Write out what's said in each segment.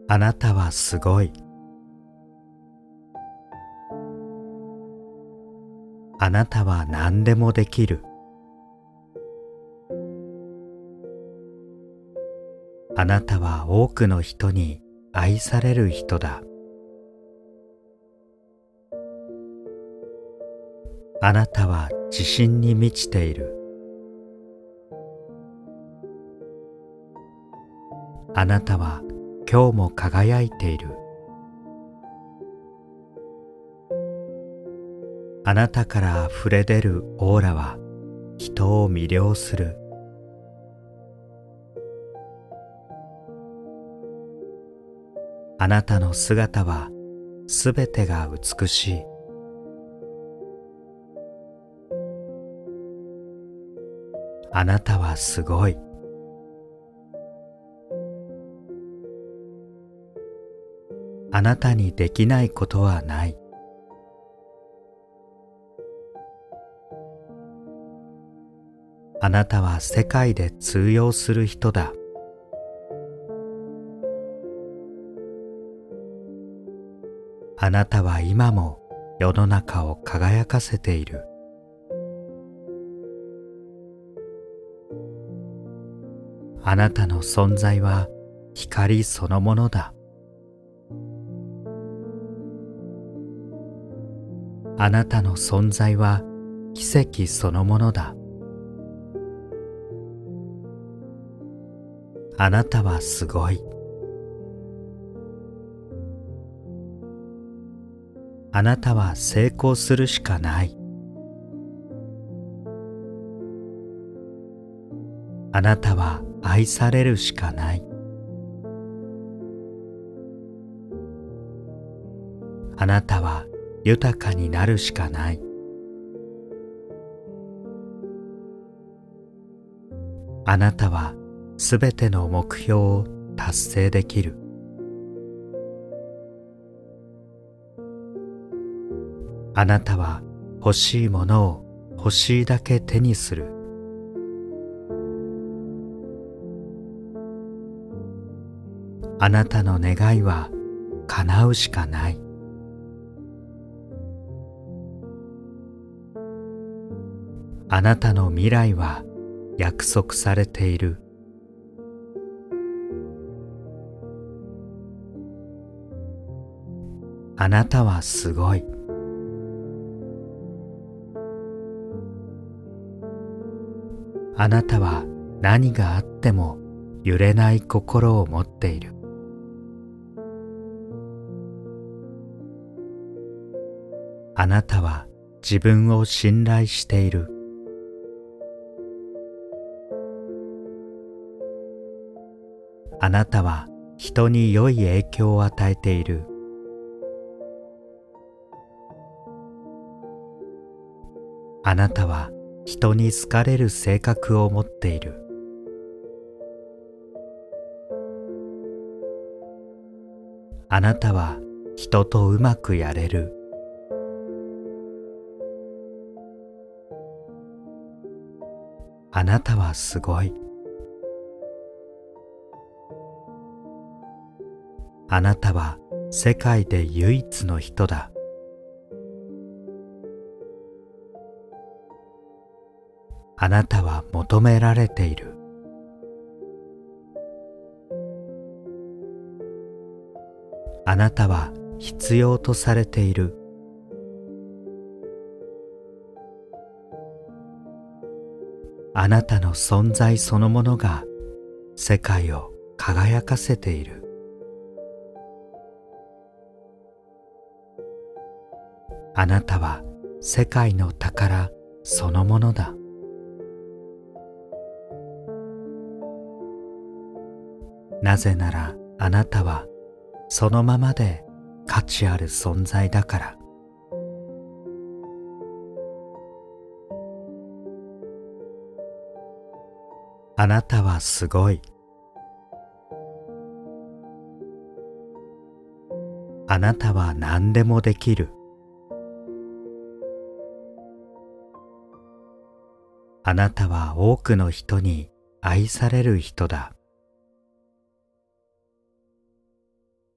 あなたはすごい。あなたは何でもできる。あなたは多くの人に愛される人だ。あなたは自信に満ちている。あなたは今日も輝いている。あなたから溢れ出るオーラは人を魅了する。あなたの姿はすべてが美しい。あなたはすごい。あなたにできないことはない。あなたは世界で通用する人だ。あなたは今も世の中を輝かせている。あなたの存在は光そのものだ。あなたの存在は奇跡そのものだ。あなたはすごい。あなたは成功するしかない。あなたは愛されるしかない。あなたは豊かになるしかない。あなたはすべての目標を達成できる。あなたは欲しいものを欲しいだけ手にする。あなたの願いは叶うしかない。あなたの未来は約束されている。あなたはすごい。あなたは何があっても揺れない心を持っている。あなたは自分を信頼している。あなたは人に良い影響を与えている。あなたは人に好かれる性格を持っている。あなたは人とうまくやれる。あなたはすごい。あなたは世界で唯一の人だ。あなたは求められている。あなたは必要とされている。あなたの存在そのものが世界を輝かせている。あなたは世界の宝そのものだ。なぜならあなたはそのままで価値ある存在だから。あなたはすごい。あなたは何でもできる。あなたは多くの人に愛される人だ。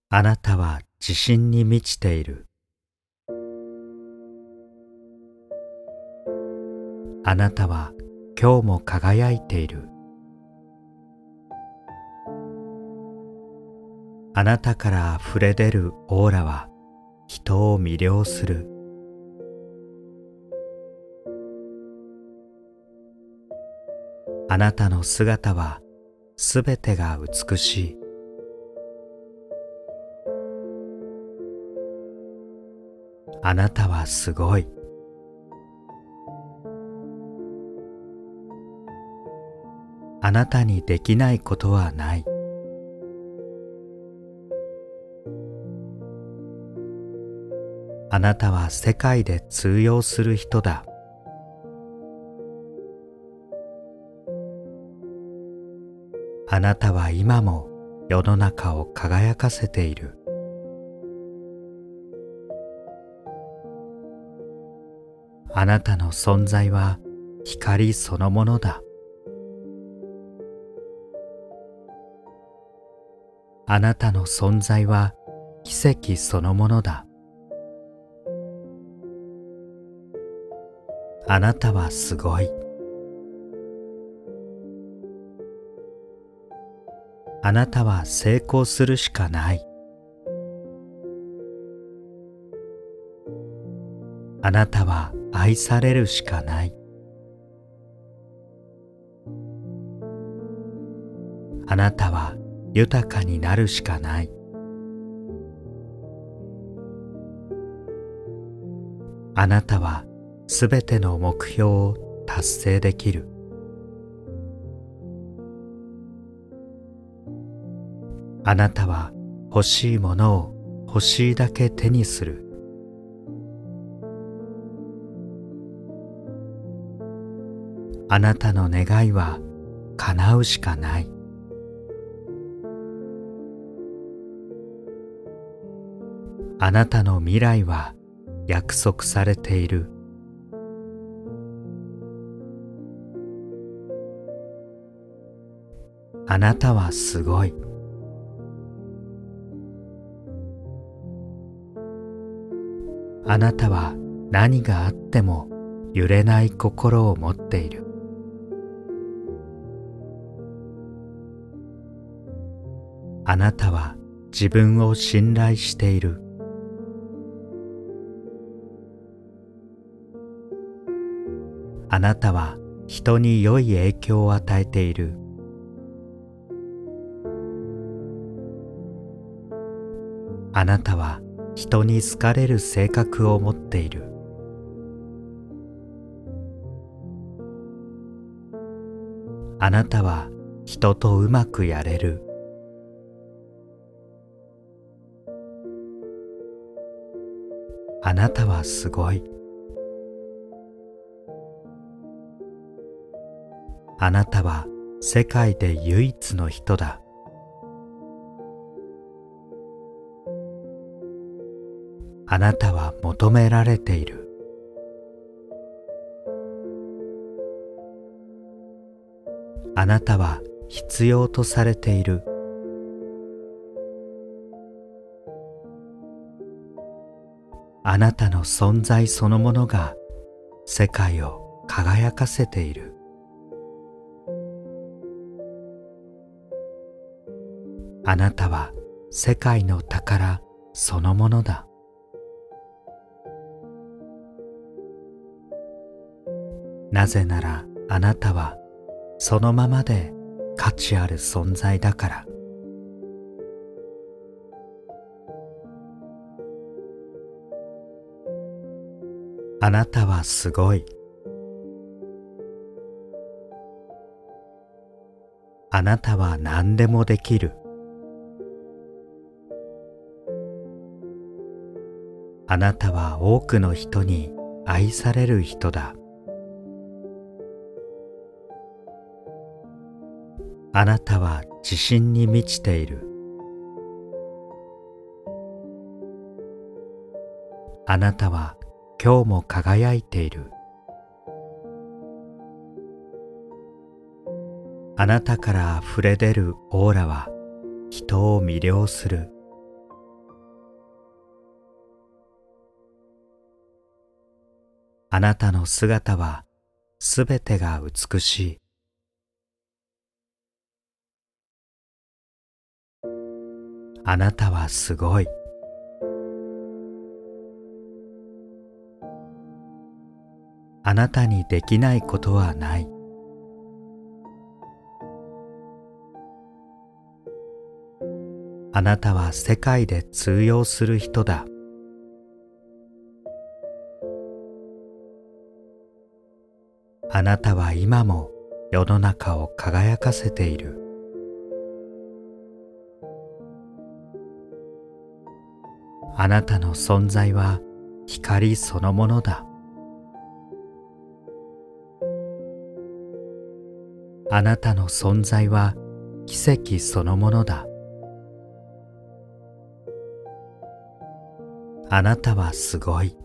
あなたは自信に満ちている。あなたは今日も輝いている。あなたからあふれ出るオーラは人を魅了する。あなたの姿はすべてが美しい。あなたはすごい。あなたにできないことはない。あなたは世界で通用する人だ。あなたは今も世の中を輝かせている。あなたの存在は光そのものだ。あなたの存在は奇跡そのものだ。あなたはすごい。あなたは成功するしかない。あなたは愛されるしかない。あなたは豊かになるしかない。あなたはすべての目標を達成できる。あなたは欲しいものを欲しいだけ手にする。あなたの願いは叶うしかない。あなたの未来は約束されている。あなたはすごい。あなたは何があっても揺れない心を持っている。あなたは自分を信頼している。あなたは人に良い影響を与えている。あなたは人に好かれる性格を持っている。あなたは人とうまくやれる。あなたはすごい。あなたは世界で唯一の人だ。あなたは求められている。あなたは必要とされている。あなたの存在そのものが世界を輝かせている。あなたは世界の宝そのものだ。なぜならあなたはそのままで価値ある存在だから。あなたはすごい。あなたは何でもできる。あなたは多くの人に愛される人だ。あなたは自信に満ちている。あなたは今日も輝いている。あなたからあふれ出るオーラは人を魅了する。 あなたの姿はすべてが美しい。あなたはすごい。あなたにできないことはない。あなたは世界で通用する人だ。あなたは今も世の中を輝かせている。あなたの存在は光そのものだ。あなたの存在は奇跡そのものだ。あなたはすごい。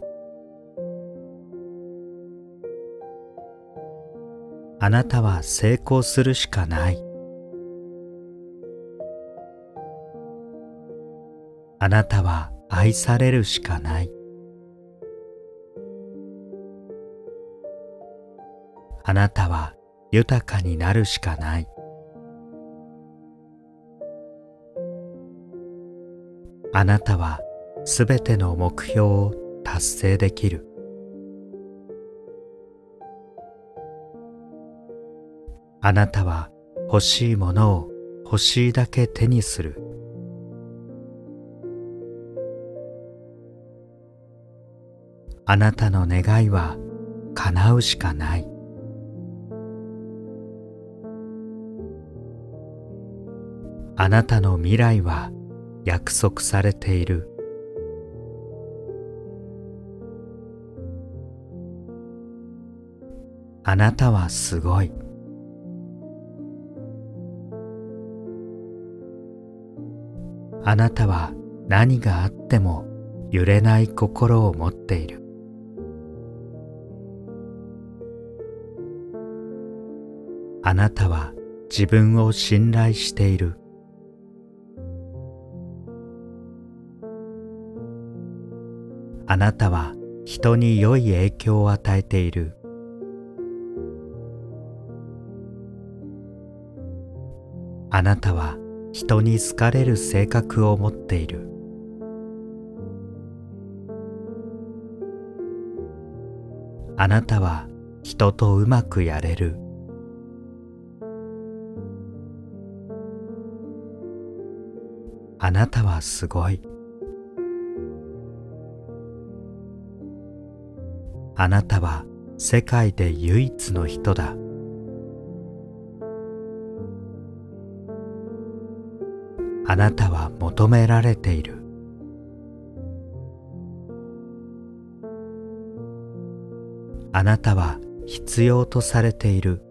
あなたは成功するしかない。あなたは愛されるしかない。あなたは豊かになるしかない。あなたはすべての目標を達成できる。あなたは欲しいものを欲しいだけ手にする。あなたの願いは叶うしかない。あなたの未来は約束されている。あなたはすごい。あなたは何があっても揺れない心を持っている。あなたは自分を信頼している。あなたは人に良い影響を与えている。あなたは人に好かれる性格を持っている。あなたは人とうまくやれる。あなたはすごい。あなたは世界で唯一の人だ。あなたは求められている。あなたは必要とされている。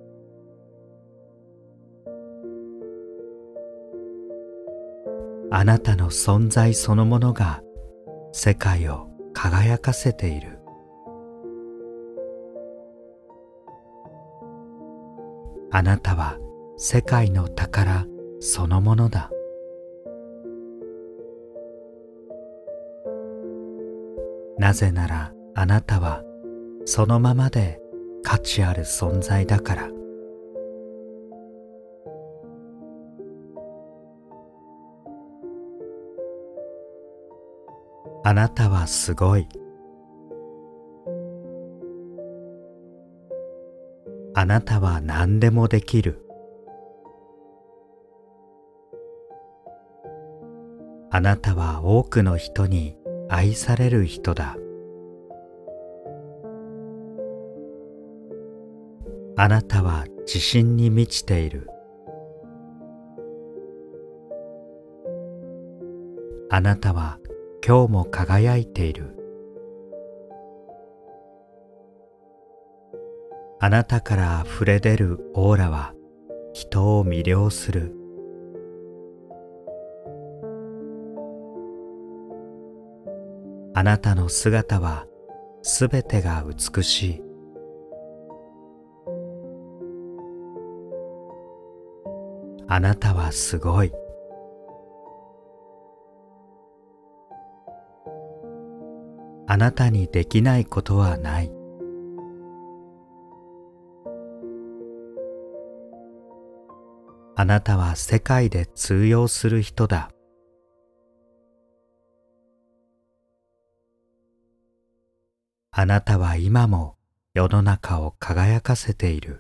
あなたの存在そのものが世界を輝かせている。あなたは世界の宝そのものだ。なぜならあなたはそのままで価値ある存在だから。あなたはすごい。あなたは何でもできる。あなたは多くの人に愛される人だ。あなたは自信に満ちている。あなたは今日も輝いている。あなたからあふれ出るオーラは人を魅了する。あなたの姿はすべてが美しい。あなたはすごい。あなたにできないことはない。 あなたは世界で通用する人だ。あなたは今も世の中を輝かせている。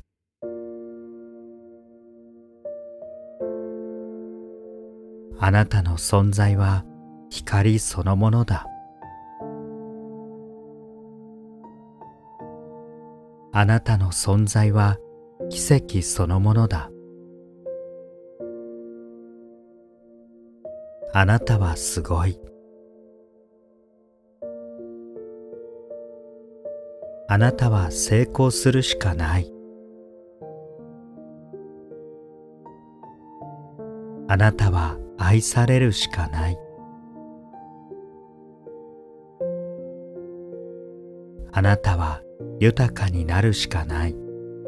あなたの存在は光そのものだ。あなたの存在は奇跡そのものだ。あなたはすごい。あなたは成功するしかない。あなたは愛されるしかない。あなたは豊かになるしかない。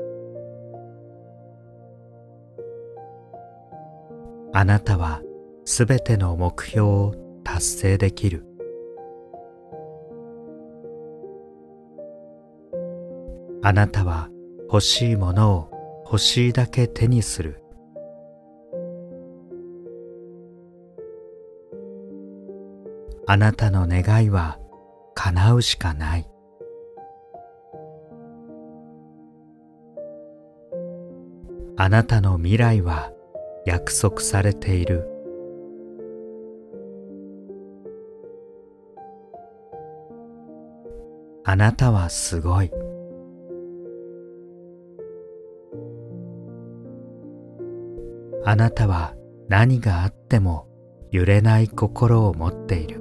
あなたはすべての目標を達成できる。あなたは欲しいものを欲しいだけ手にする。あなたの願いは叶うしかない。あなたの未来は約束されている。あなたはすごい。あなたは何があっても揺れない心を持っている。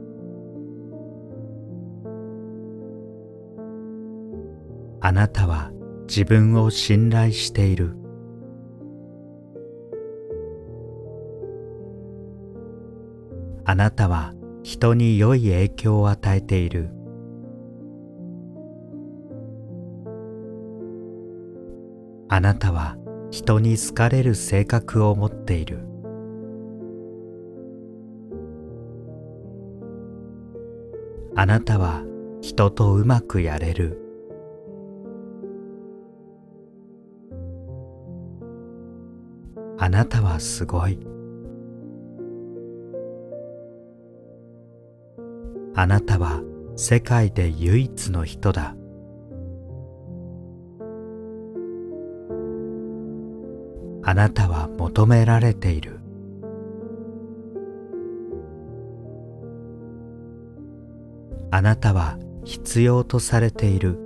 あなたは自分を信頼している。あなたは人に良い影響を与えている。あなたは人に好かれる性格を持っている。あなたは人とうまくやれる。あなたはすごい。あなたは世界で唯一の人だ。あなたは求められている。あなたは必要とされている。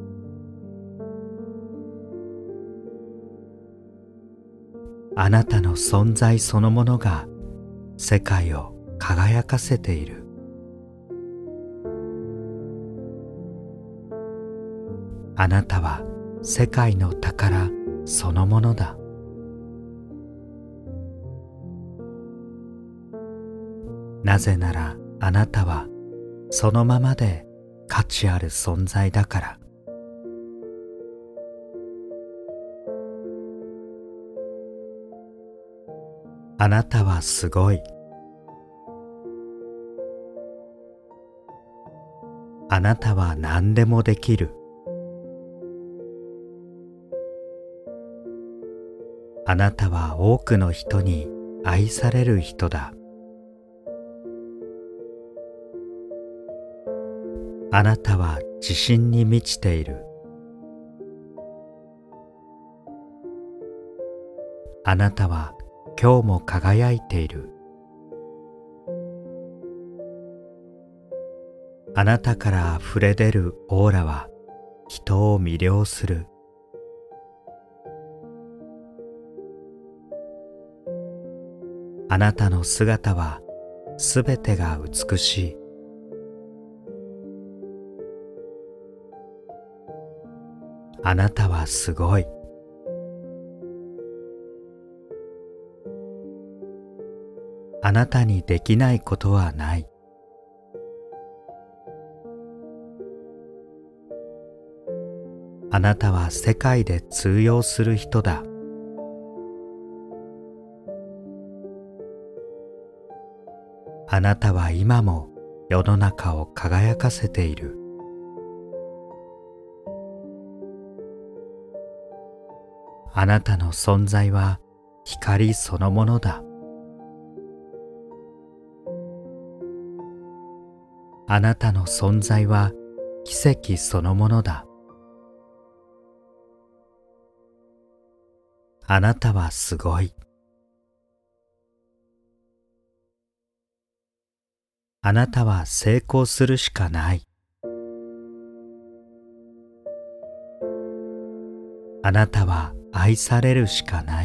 あなたの存在そのものが世界を輝かせている。あなたは世界の宝そのものだ。なぜならあなたはそのままで価値ある存在だから。あなたはすごい。あなたは何でもできる。あなたは多くの人に愛される人だ。あなたは自信に満ちている。あなたは今日も輝いている。あなたからあふれ出るオーラは人を魅了する。あなたの姿はすべてが美しい。あなたはすごい。あなたにできないことはない。あなたは世界で通用する人だ。あなたは今も世の中を輝かせている。あなたの存在は光そのものだ。あなたの存在は奇跡そのものだ。あなたはすごい。あなたは成功するしかない。あなたは愛されるしかない。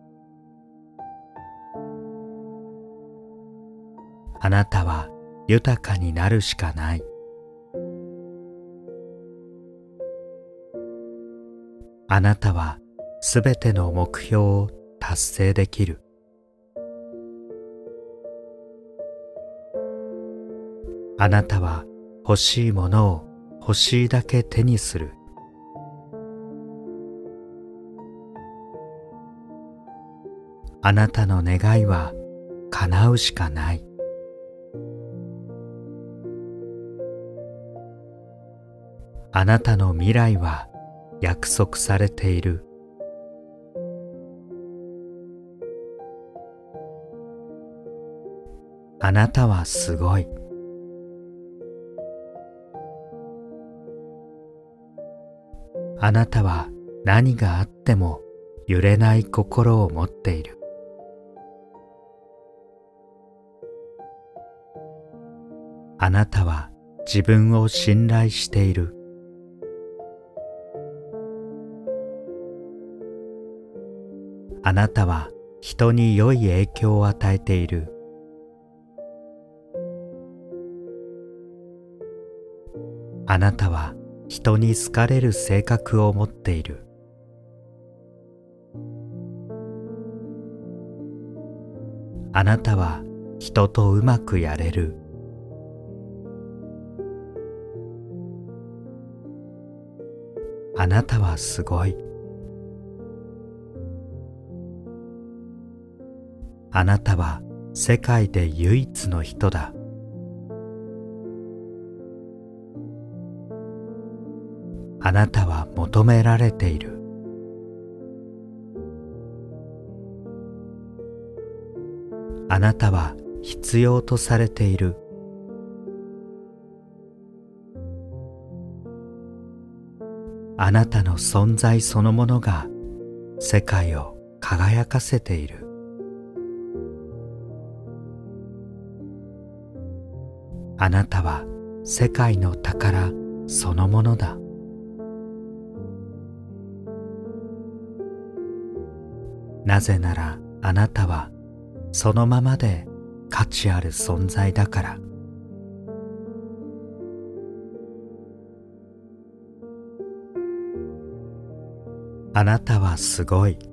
あなたは豊かになるしかない。あなたはすべての目標を達成できる。あなたは欲しいものを欲しいだけ手にする。あなたの願いは叶うしかない。あなたの未来は約束されている。あなたはすごい。あなたは何があっても揺れない心を持っている。あなたは自分を信頼している。あなたは人に良い影響を与えている。あなたは人に好かれる性格を持っている。あなたは人とうまくやれる。あなたはすごい。あなたは世界で唯一の人だ。あなたは求められている。あなたは必要とされている。あなたの存在そのものが世界を輝かせている。あなたは世界の宝そのものだ。なぜならあなたはそのままで価値ある存在だから。あなたはすごい。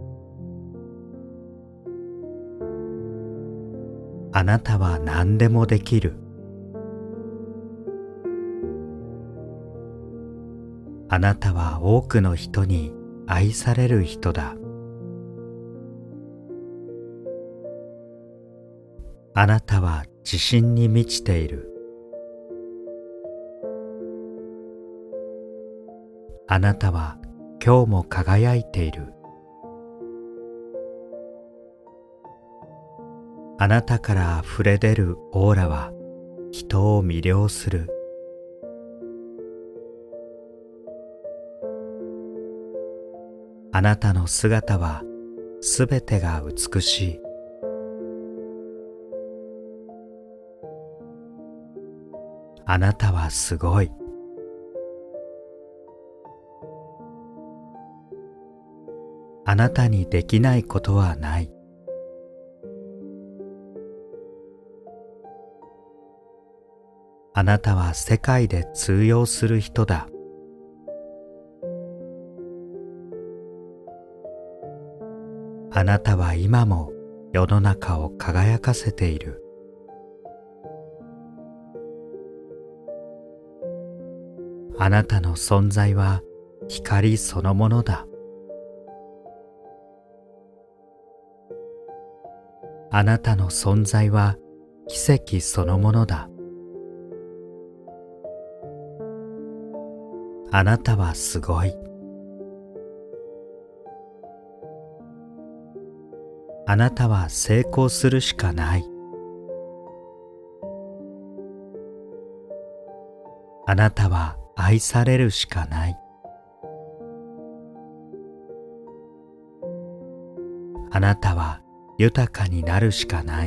あなたは何でもできる。あなたは多くの人に愛される人だ。あなたは自信に満ちている。あなたは今日も輝いている。あなたからあふれ出るオーラは人を魅了する。あなたの姿はすべてが美しい。あなたはすごい。あなたにできないことはない。あなたは世界で通用する人だ。あなたは今も世の中を輝かせている。あなたの存在は光そのものだ。あなたの存在は奇跡そのものだ。あなたはすごい。 あなたは成功するしかない。あなたは愛されるしかない。あなたは豊かになるしかない。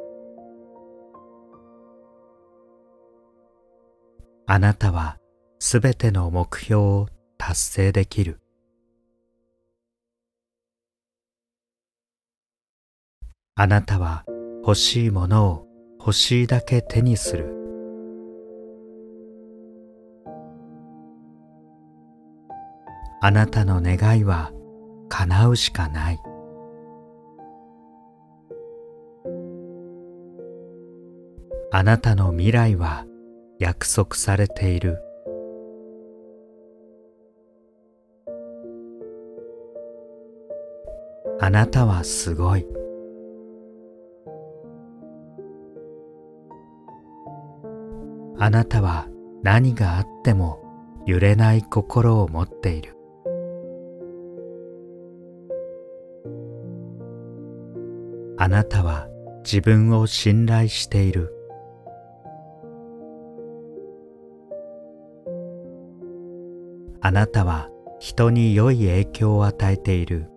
あなたはすべての目標を達成できる。あなたは欲しいものを欲しいだけ手にする。あなたの願いは叶うしかない。あなたの未来は約束されている。あなたはすごい。あなたは何があっても揺れない心を持っている。あなたは自分を信頼している。あなたは人に良い影響を与えている。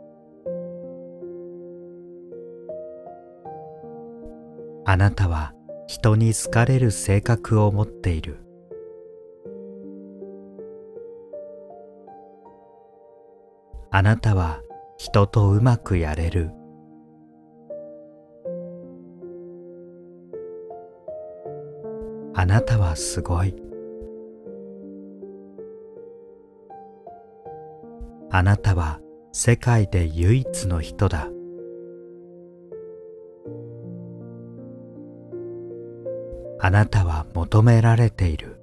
あなたは人に好かれる性格を持っている。あなたは人とうまくやれる。あなたはすごい。あなたは世界で唯一の人だ。あなたは求められている。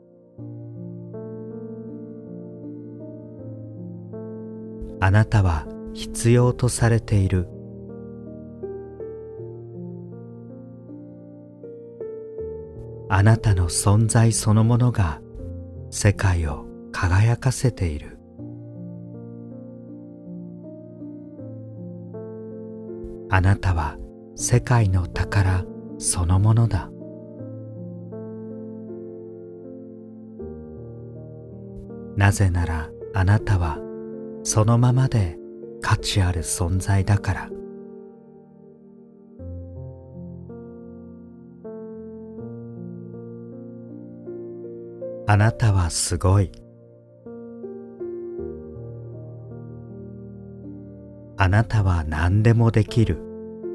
あなたは必要とされている。あなたの存在そのものが世界を輝かせている。あなたは世界の宝そのものだ。なぜならあなたはそのままで価値ある存在だから。あなたはすごい。あなたは何でもできる。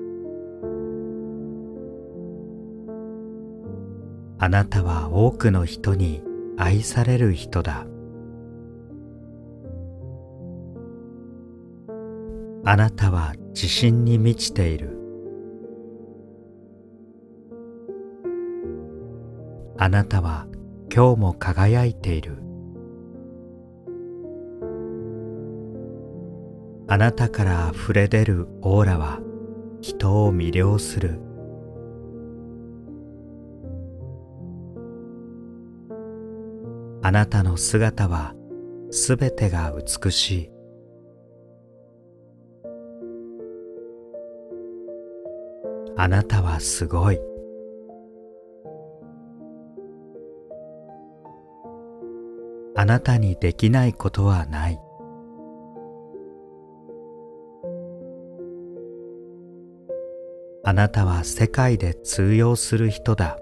あなたは多くの人に愛される人だ。あなたは自信に満ちている。あなたは今日も輝いている。あなたからあふれ出るオーラは人を魅了する。あなたの姿はすべてが美しい。あなたはすごい。あなたにできないことはない。あなたは世界で通用する人だ。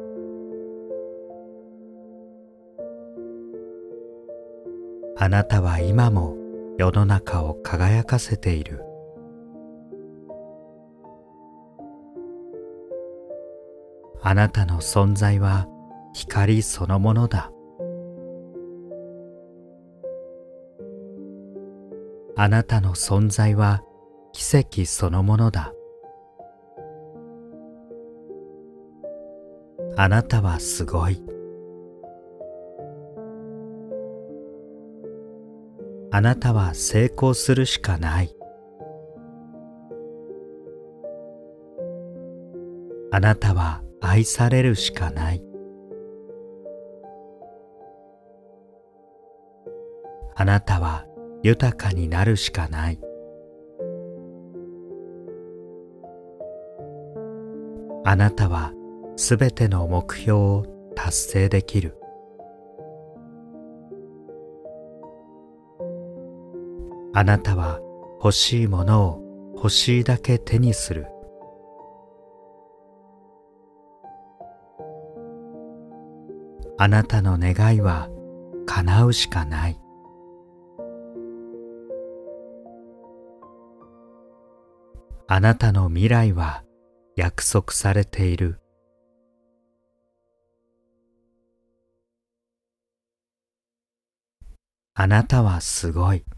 あなたは今も世の中を輝かせている。あなたの存在は光そのものだ。あなたの存在は奇跡そのものだ。あなたはすごい。あなたは成功するしかない。あなたは愛されるしかない。あなたは豊かになるしかない。 あなたはすべての目標を達成できる。あなたは欲しいものを欲しいだけ手にする。あなたの願いは叶うしかない。あなたの未来は約束されている。あなたはすごい。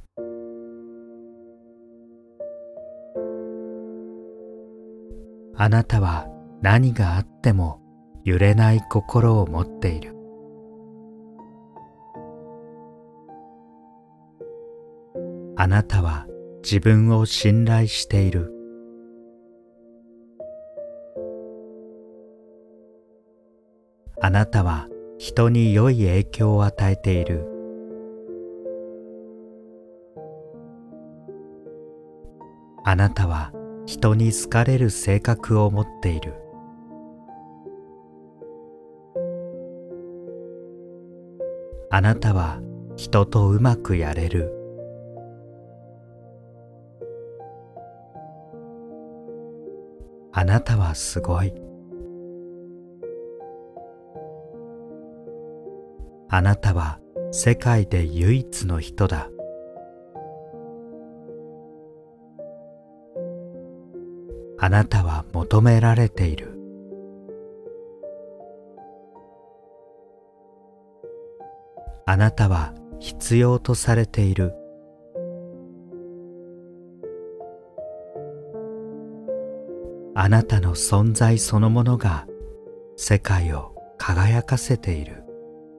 あなたは何があっても揺れない心を持っている。あなたは自分を信頼している。あなたは人に良い影響を与えている。あなたは人に好かれる性格を持っている。あなたは人とうまくやれる。あなたはすごい。あなたは世界で唯一の人だ。あなたは求められている。あなたは必要とされている。あなたの存在そのものが世界を輝かせている。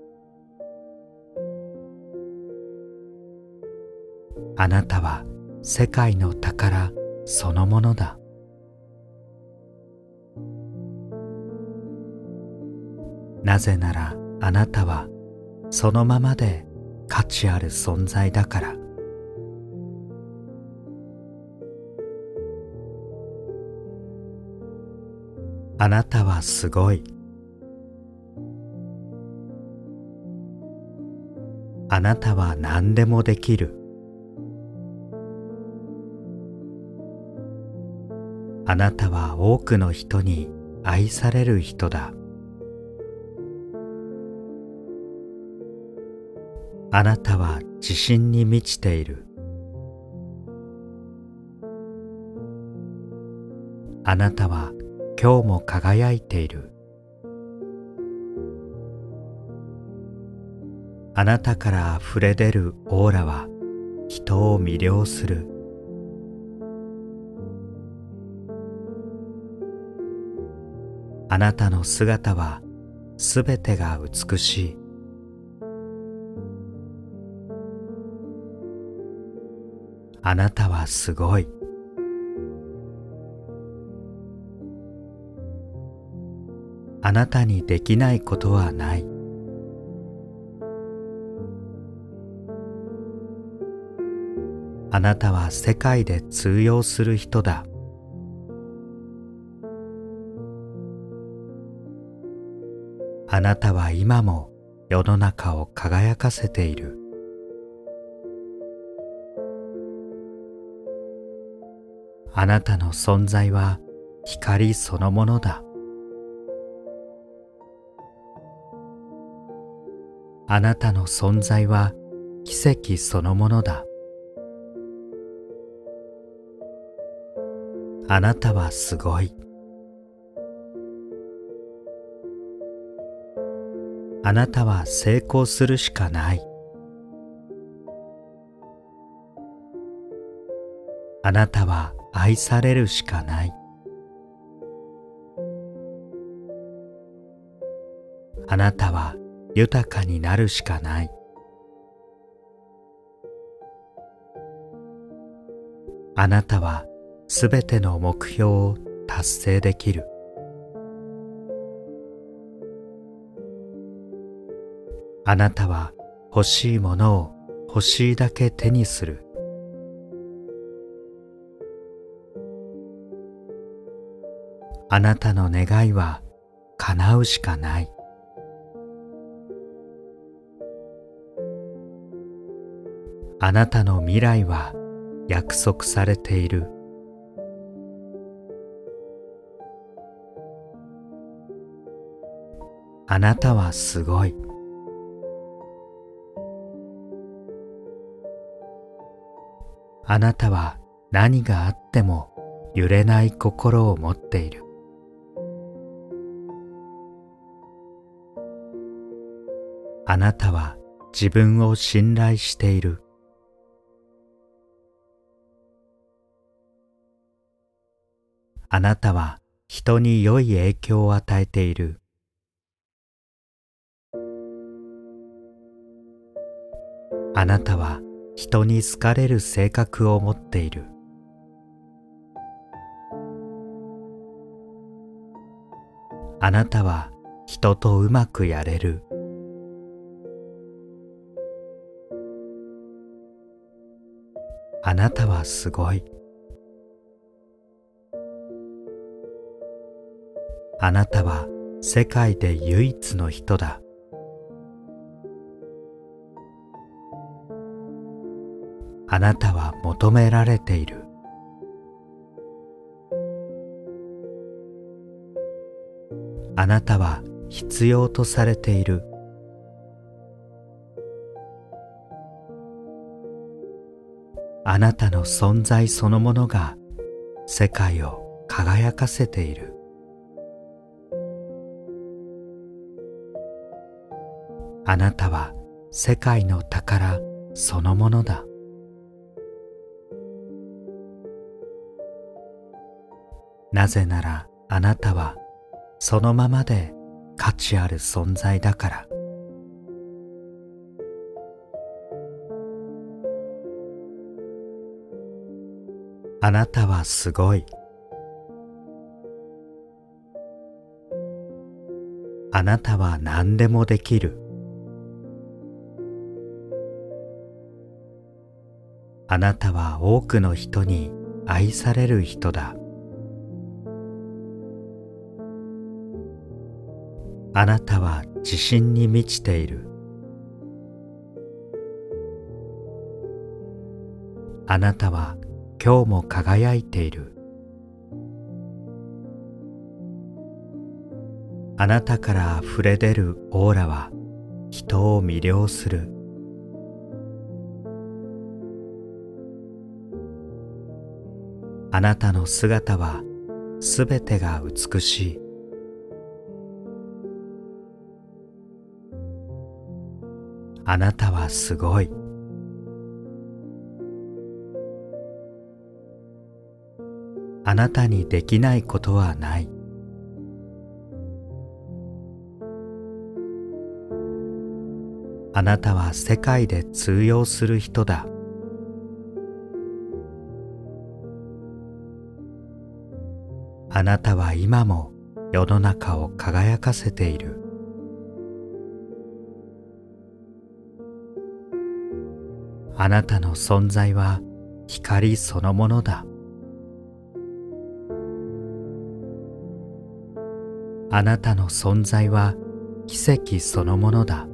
あなたは世界の宝そのものだ。なぜならあなたはそのままで価値ある存在だから。あなたはすごい。あなたは何でもできる。あなたは多くの人に愛される人だ。あなたは自信に満ちている。あなたは今日も輝いている。あなたからあふれ出るオーラは人を魅了する。あなたの姿はすべてが美しい。あなたはすごい。あなたにできないことはない。あなたは世界で通用する人だ。あなたは今も世の中を輝かせている。あなたの存在は光そのものだ。あなたの存在は奇跡そのものだ。あなたはすごい。あなたは成功するしかない。あなたは愛されるしかない。あなたは豊かになるしかない。あなたはすべての目標を達成できる。あなたは欲しいものを欲しいだけ手にする。 あなたの願いは叶うしかない。あなたの未来は約束されている。あなたはすごい。あなたは何があっても揺れない心を持っている。あなたは自分を信頼している。あなたは人に良い影響を与えている。あなたは人に好かれる性格を持っている。あなたは人とうまくやれる。あなたはすごい。あなたは世界で唯一の人だ。あなたは求められている。あなたは必要とされている。あなたの存在そのものが世界を輝かせている。あなたは世界の宝そのものだ。なぜならあなたはそのままで価値ある存在だから。あなたはすごい。あなたは何でもできる。あなたは多くの人に愛される人だ。あなたは自信に満ちている。あなたは今日も輝いている。あなたからあふれ出るオーラは人を魅了する。あなたの姿はすべてが美しい。あなたはすごい。あなたにできないことはない。あなたは世界で通用する人だ。あなたは今も世の中を輝かせている。あなたの存在は光そのものだ。あなたの存在は奇跡そのものだ。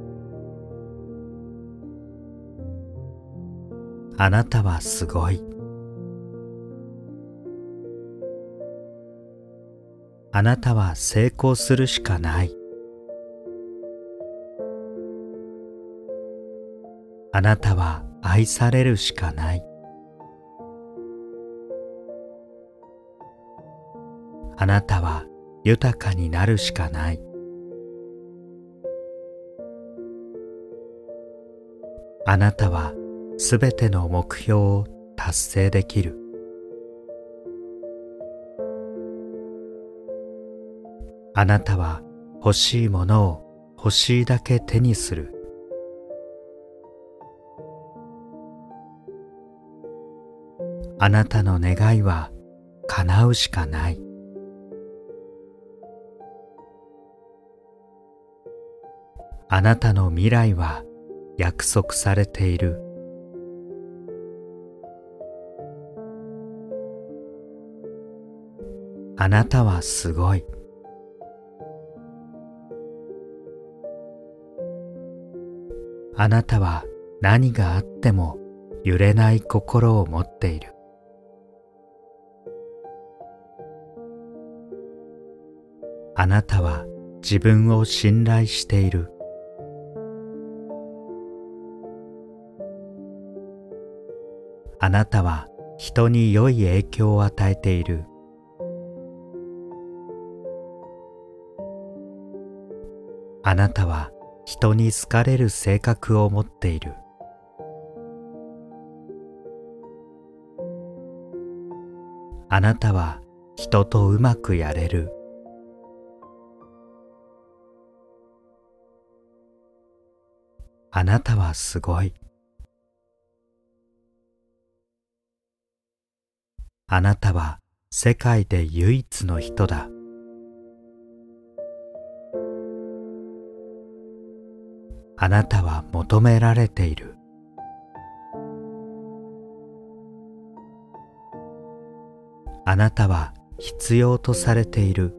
あなたはすごい。あなたは成功するしかない。あなたは愛されるしかない。あなたは豊かになるしかない。あなたはすべての目標を達成できる。あなたは欲しいものを欲しいだけ手にする。あなたの願いは叶うしかない。あなたの未来は約束されている。 あなたはすごい。あなたは何があっても揺れない心を持っている。あなたは自分を信頼している。あなたは人に良い影響を与えている。あなたは人に好かれる性格を持っている。あなたは人とうまくやれる。あなたはすごい。あなたは世界で唯一の人だ。あなたは求められている。あなたは必要とされている。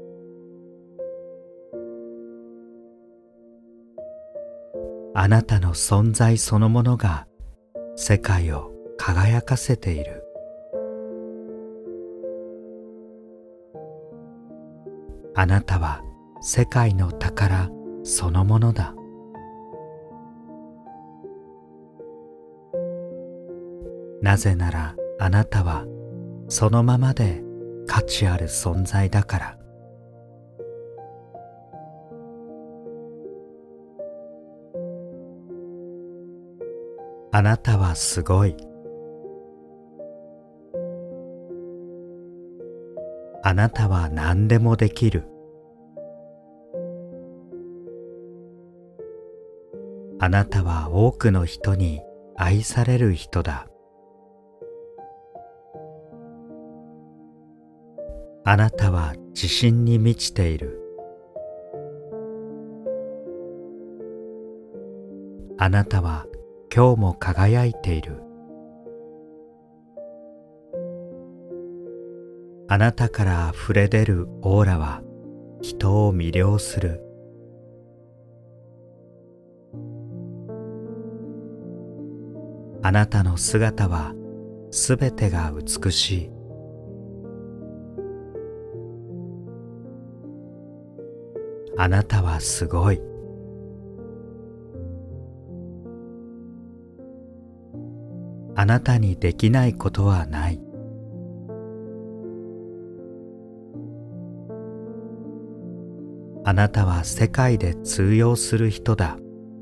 あなたの存在そのものが世界を輝かせている。あなたは世界の宝そのものだ。なぜならあなたはそのままで価値ある存在だから。あなたはすごい。あなたは何でもできる。あなたは多くの人に愛される人だ。あなたは自信に満ちている。あなたは今日も輝いている。あなたからあふれ出るオーラは人を魅了する。あなたの姿はすべてが美しい。あなたはすごい。あなたにできないことはない。あなたは世界で通用する人だ。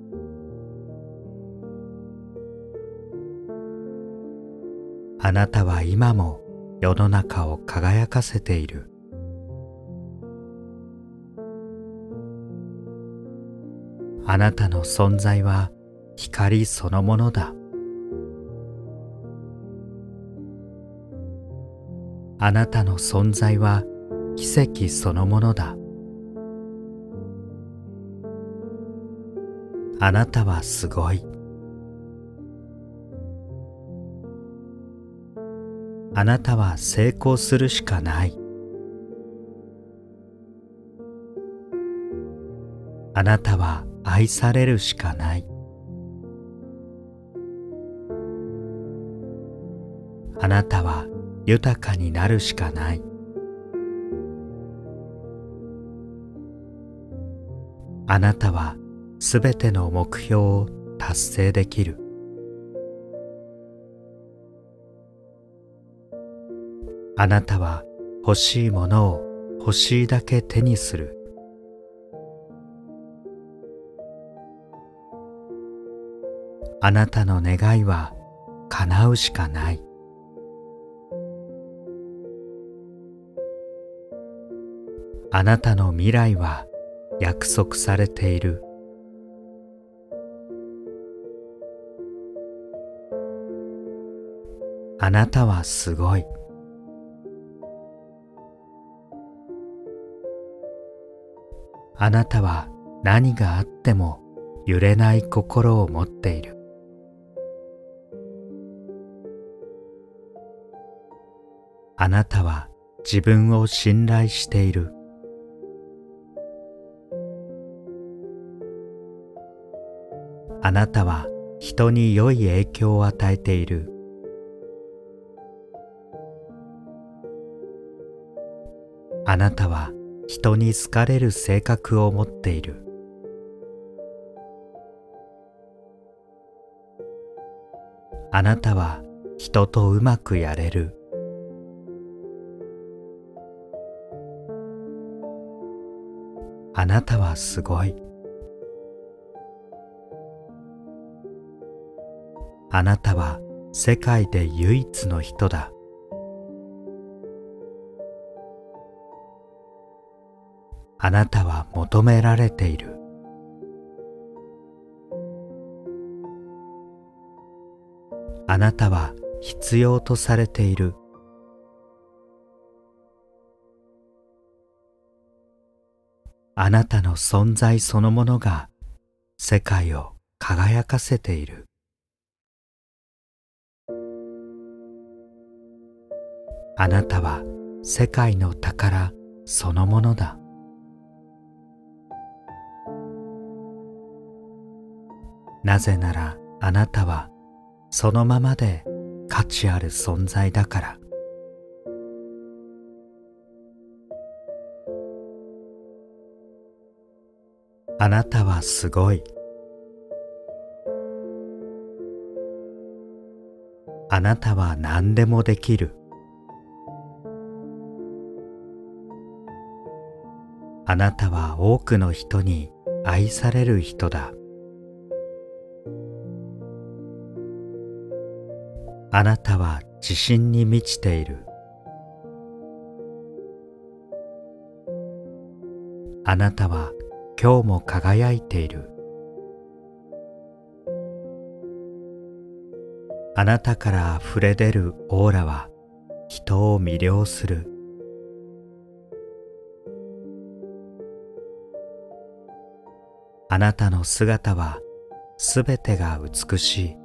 あなたは今も世の中を輝かせている。あなたの存在は光そのものだ。あなたの存在は奇跡そのものだ。あなたはすごい。あなたは成功するしかない。あなたは愛されるしかない。あなたは豊かになるしかない。あなたはすべての目標を達成できる。あなたは欲しいものを欲しいだけ手にする。あなたの願いは叶うしかない。あなたの未来は約束されている。あなたはすごい。あなたは何があっても揺れない心を持っている。あなたは自分を信頼している。あなたは人に良い影響を与えている。あなたは人に好かれる性格を持っている。あなたは人とうまくやれる。あなたはすごい。あなたは世界で唯一の人だ。あなたは求められている。あなたは必要とされている。あなたの存在そのものが世界を輝かせている。あなたは世界の宝そのものだ。なぜならあなたはそのままで価値ある存在だから。あなたはすごい。あなたは何でもできる。あなたは多くの人に愛される人だ。あなたは自信に満ちている。あなたは今日も輝いている。あなたからあふれ出るオーラは人を魅了する。あなたの姿はすべてが美しい。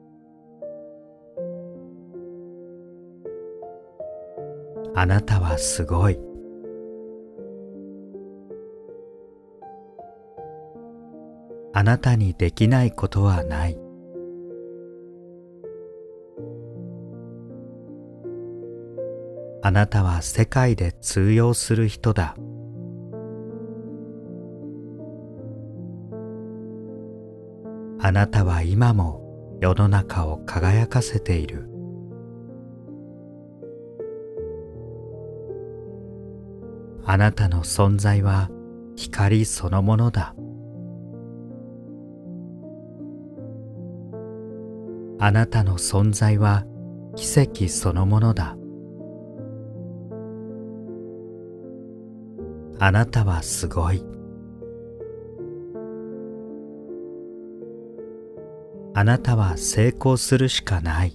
あなたはすごい。あなたにできないことはない。あなたは世界で通用する人だ。あなたは今も世の中を輝かせている。あなたの存在は光そのものだ。あなたの存在は奇跡そのものだ。あなたはすごい。あなたは成功するしかない。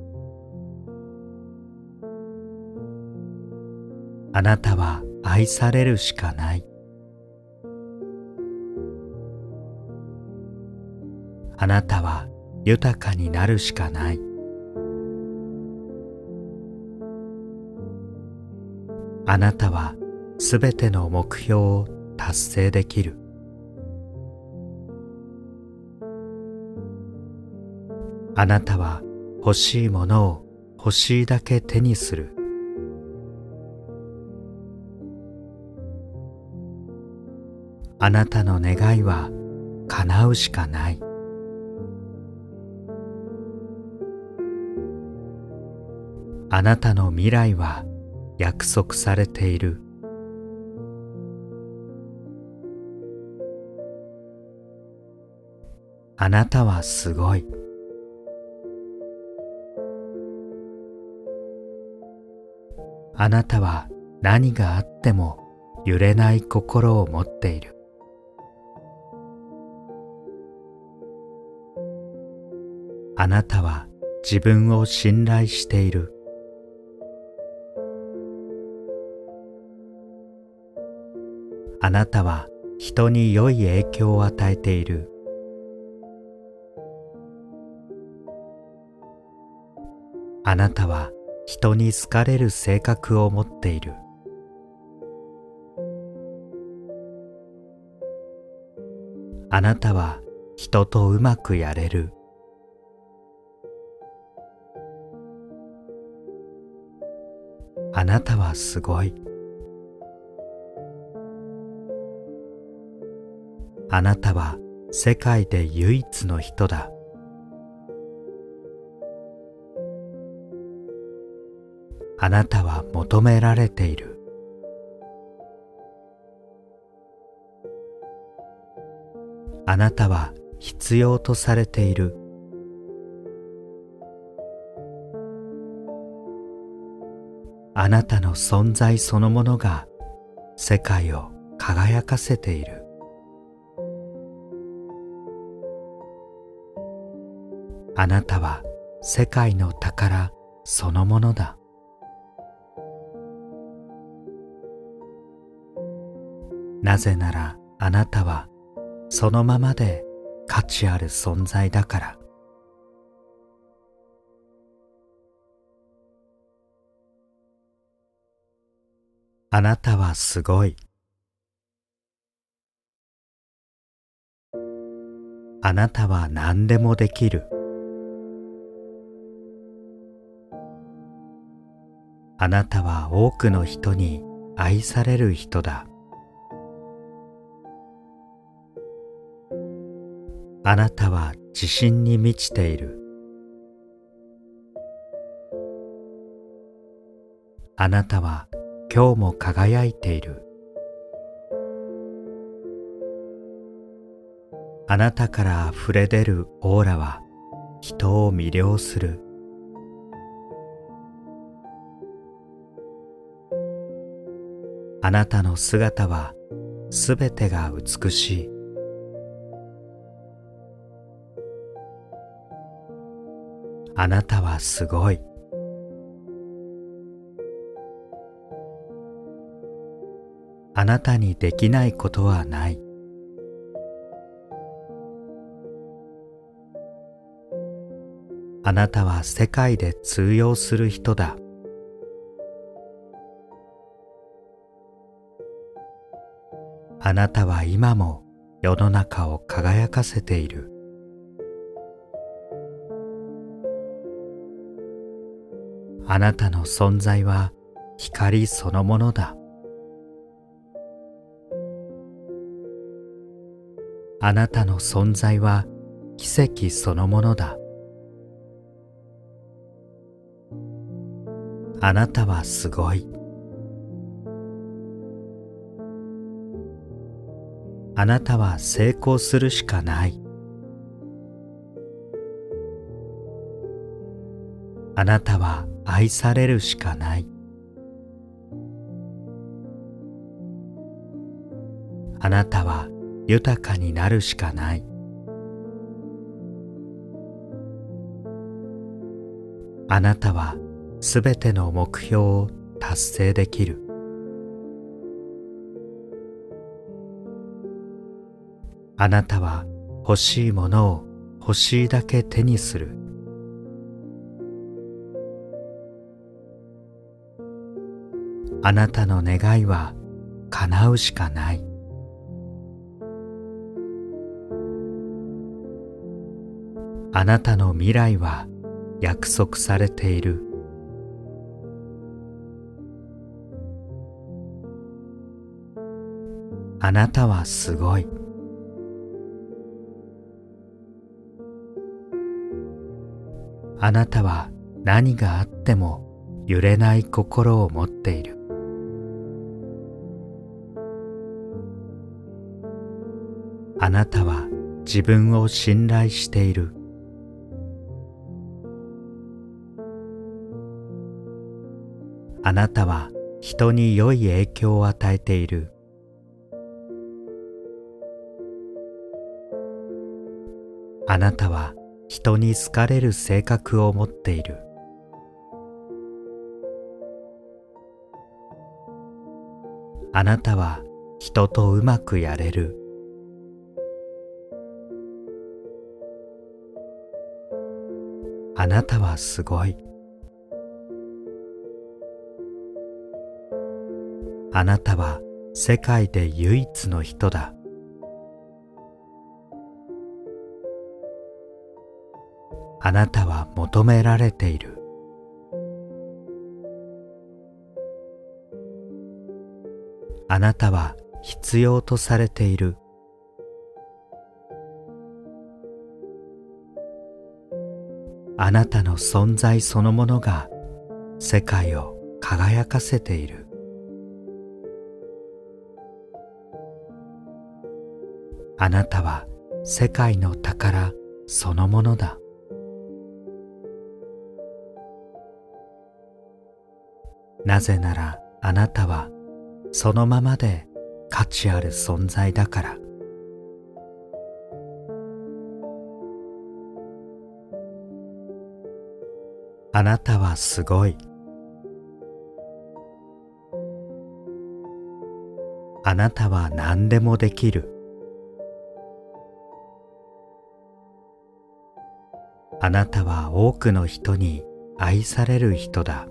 あなたは愛されるしかない。あなたは豊かになるしかない。あなたはすべての目標を達成できる。あなたは欲しいものを欲しいだけ手にする。あなたの願いは叶うしかない。あなたの未来は約束されている。あなたはすごい。あなたは何があっても揺れない心を持っている。あなたは自分を信頼している。あなたは人に良い影響を与えている。あなたは人に好かれる性格を持っている。あなたは人とうまくやれる。あなたはすごい。あなたは世界で唯一の人だ。あなたは求められている。あなたは必要とされている。あなたの存在そのものが世界を輝かせている。あなたは世界の宝そのものだ。なぜならあなたはそのままで価値ある存在だから。あなたはすごい。あなたは何でもできる。あなたは多くの人に愛される人だ。あなたは自信に満ちている。あなたは今日も輝いている。あなたからあふれ出るオーラは人を魅了する。あなたの姿はすべてが美しい。あなたはすごい。あなたにできないことはない。あなたは世界で通用する人だ。あなたは今も世の中を輝かせている。あなたの存在は光そのものだ。あなたの存在は奇跡そのものだ。あなたはすごい。あなたは成功するしかない。あなたは愛されるしかない。あなたは豊かになるしかない。あなたはすべての目標を達成できる。あなたは欲しいものを欲しいだけ手にする。あなたの願いは叶うしかない。あなたの未来は約束されている。あなたはすごい。あなたは何があっても揺れない心を持っている。あなたは自分を信頼している。あなたは人に良い影響を与えている。あなたは人に好かれる性格を持っている。あなたは人とうまくやれる。あなたはすごい。 あなたは世界で唯一の人だ。あなたは求められている。あなたは必要とされている。あなたの存在そのものが世界を輝かせている。あなたは世界の宝そのものだ。なぜならあなたはそのままで価値ある存在だから。あなたはすごい。あなたは何でもできる。あなたは多くの人に愛される人だ。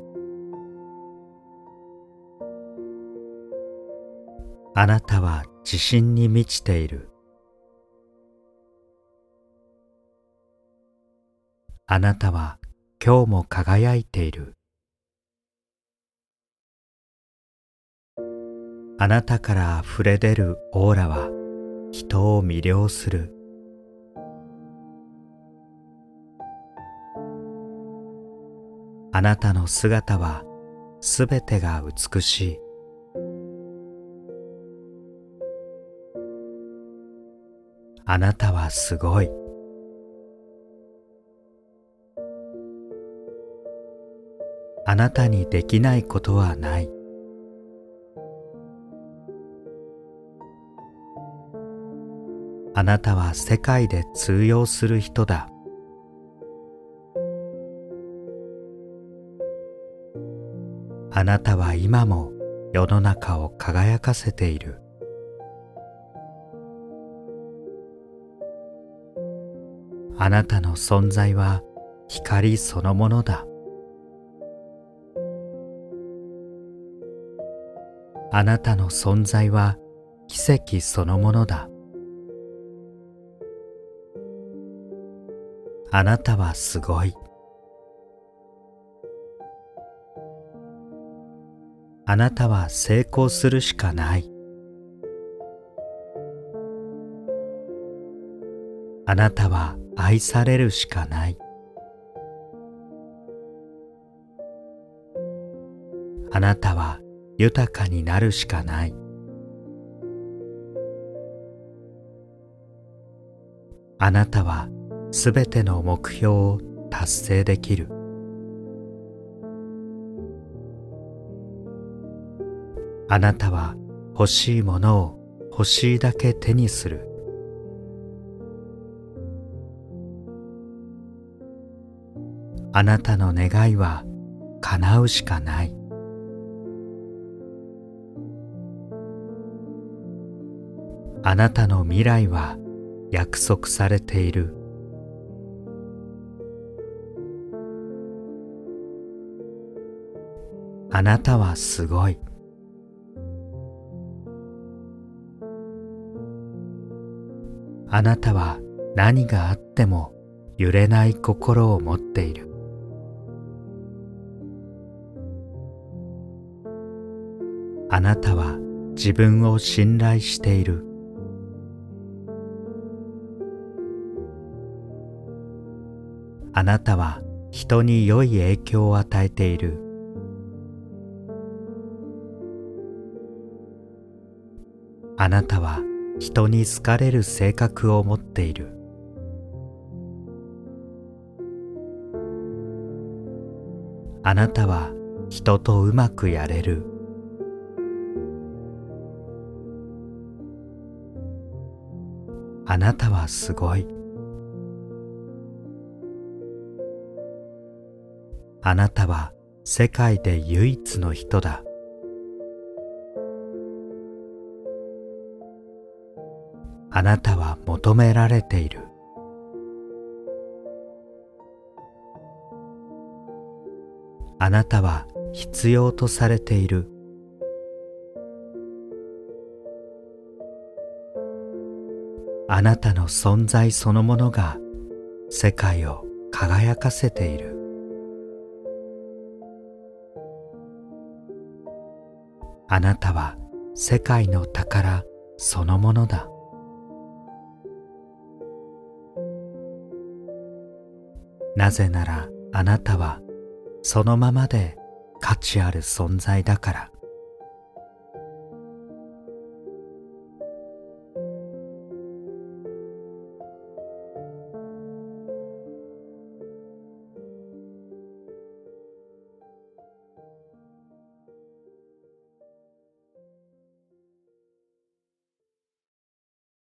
あなたは自信に満ちている。あなたは今日も輝いている。あなたから溢れ出るオーラは人を魅了する。あなたの姿はすべてが美しい。あなたはすごい。あなたにできないことはない。あなたは世界で通用する人だ。あなたは今も世の中を輝かせている。あなたの存在は光そのものだ。あなたの存在は奇跡そのものだ。あなたはすごい。あなたは成功するしかない。あなたは愛されるしかない。あなたは豊かになるしかない。あなたはすべての目標を達成できる。あなたは欲しいものを欲しいだけ手にする。あなたの願いは叶うしかない。あなたの未来は約束されている。あなたはすごい。あなたは何があっても揺れない心を持っている。あなたは自分を信頼している。あなたは人に良い影響を与えている。あなたは人に好かれる性格を持っている。あなたは人とうまくやれる。あなたはすごい。あなたは世界で唯一の人だ。あなたは求められている。あなたは必要とされている。 あなたの存在そのものが世界を輝かせている。あなたは世界の宝そのものだ。なぜならあなたはそのままで価値ある存在だから。